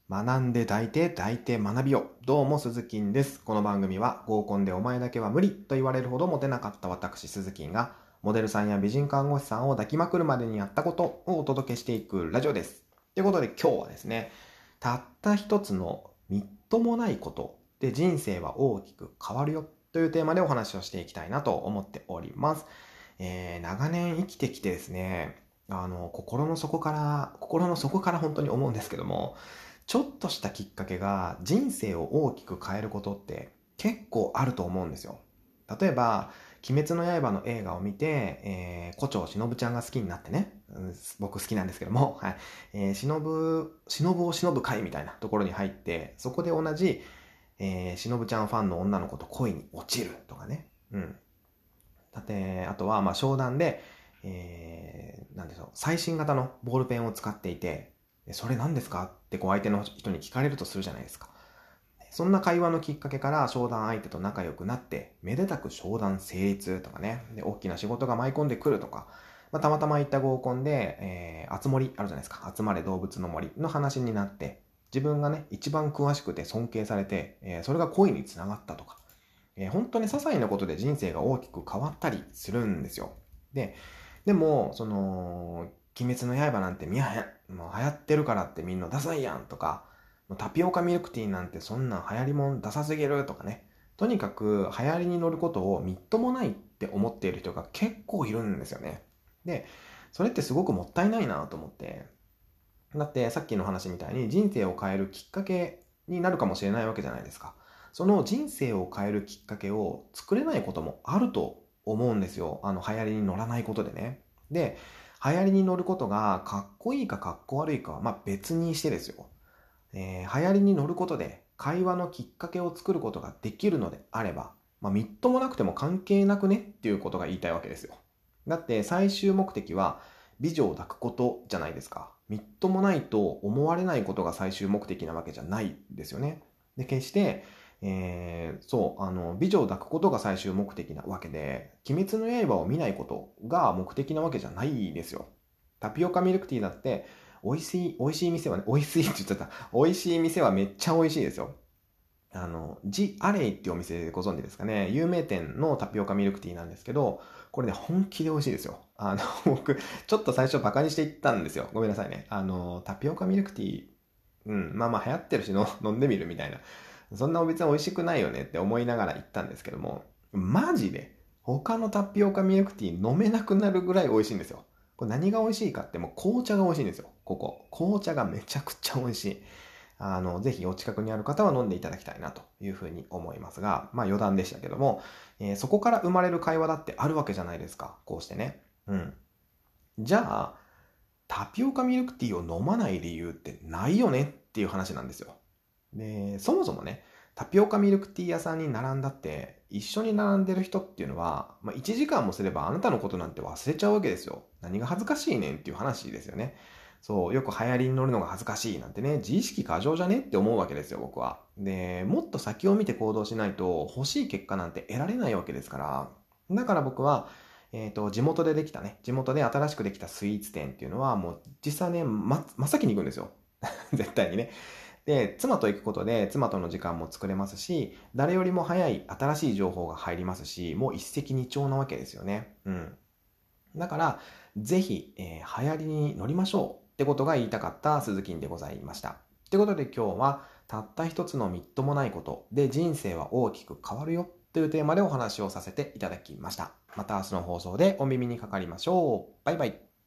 学んで抱いて学びを。どうも鈴木です。この番組は合コンでお前だけは無理と言われるほどモテなかった私鈴木がモデルさんや美人看護師さんを抱きまくるまでにやったことをお届けしていくラジオです。ということで今日はですね、たった一つのみっともないことで人生は大きく変わるよというテーマでお話をしていきたいなと思っております。長年生きてきてですね、心の底から本当に思うんですけども、ちょっとしたきっかけが人生を大きく変えることって結構あると思うんですよ。例えば、鬼滅の刃の映画を見て、胡蝶忍ちゃんが好きになってね、僕好きなんですけども、はい、忍を忍ぶ会みたいなところに入って、そこで同じ、忍ちゃんファンの女の子と恋に落ちるとかね。あとは、商談で、なんでしょう、最新型のボールペンを使っていて、それ何ですかって相手の人に聞かれるとするじゃないですか。そんな会話のきっかけから商談相手と仲良くなって、めでたく商談成立とかね、で大きな仕事が舞い込んでくるとか、たまたま行った合コンで、あつ森あるじゃないですか。集まれ動物の森の話になって、自分がね、一番詳しくて尊敬されて、それが恋につながったとか、本当に些細なことで人生が大きく変わったりするんですよ。でも、鬼滅の刃なんて見やへん。もう流行ってるからってみんなダサいやんとか、タピオカミルクティーなんてそんなん流行りもんダサすぎるとかね。とにかく流行りに乗ることをみっともないって思っている人が結構いるんですよね。で、それってすごくもったいないなと思って。だってさっきの話みたいに人生を変えるきっかけになるかもしれないわけじゃないですか。その人生を変えるきっかけを作れないこともあると思うんですよ。流行りに乗らないことでね。で、流行りに乗ることがかっこいいかかっこ悪いかは別にしてですよ。流行りに乗ることで会話のきっかけを作ることができるのであれば、みっともなくても関係なくねっていうことが言いたいわけですよ。だって最終目的は美女を抱くことじゃないですか。みっともないと思われないことが最終目的なわけじゃないですよね。で、決して、美女を抱くことが最終目的なわけで、鬼滅の刃を見ないことが目的なわけじゃないですよ。タピオカミルクティーだって、美味しい店はね、美味しいって言っちゃった。美味しい店はめっちゃ美味しいですよ。ジ・アレイっていうお店ご存知ですかね。有名店のタピオカミルクティーなんですけど、これね、本気で美味しいですよ。僕、ちょっと最初バカにしていったんですよ。ごめんなさいね。タピオカミルクティー、流行ってるし飲んでみるみたいな。そんな別に美味しくないよねって思いながら行ったんですけども、マジで他のタピオカミルクティー飲めなくなるぐらい美味しいんですよ。これ何が美味しいかってもう紅茶が美味しいんですよ。ここ。紅茶がめちゃくちゃ美味しい。ぜひお近くにある方は飲んでいただきたいなというふうに思いますが、余談でしたけども、そこから生まれる会話だってあるわけじゃないですか。こうしてね。じゃあ、タピオカミルクティーを飲まない理由ってないよねっていう話なんですよ。で、そもそもね、タピオカミルクティー屋さんに並んだって、一緒に並んでる人っていうのは、1時間もすればあなたのことなんて忘れちゃうわけですよ。何が恥ずかしいねんっていう話ですよね。そう、よく流行りに乗るのが恥ずかしいなんてね、自意識過剰じゃねって思うわけですよ、僕は。で、もっと先を見て行動しないと欲しい結果なんて得られないわけですから。だから僕は、地元で新しくできたスイーツ店っていうのは、もう実際ね、真っ先に行くんですよ。絶対にね。で、妻と行くことで、妻との時間も作れますし、誰よりも早い新しい情報が入りますし、もう一石二鳥なわけですよね。だから、ぜひ、流行りに乗りましょうってことが言いたかった鈴木でございました。ってことで今日は、たった一つのみっともないことで人生は大きく変わるよというテーマでお話をさせていただきました。また明日の放送でお耳にかかりましょう。バイバイ。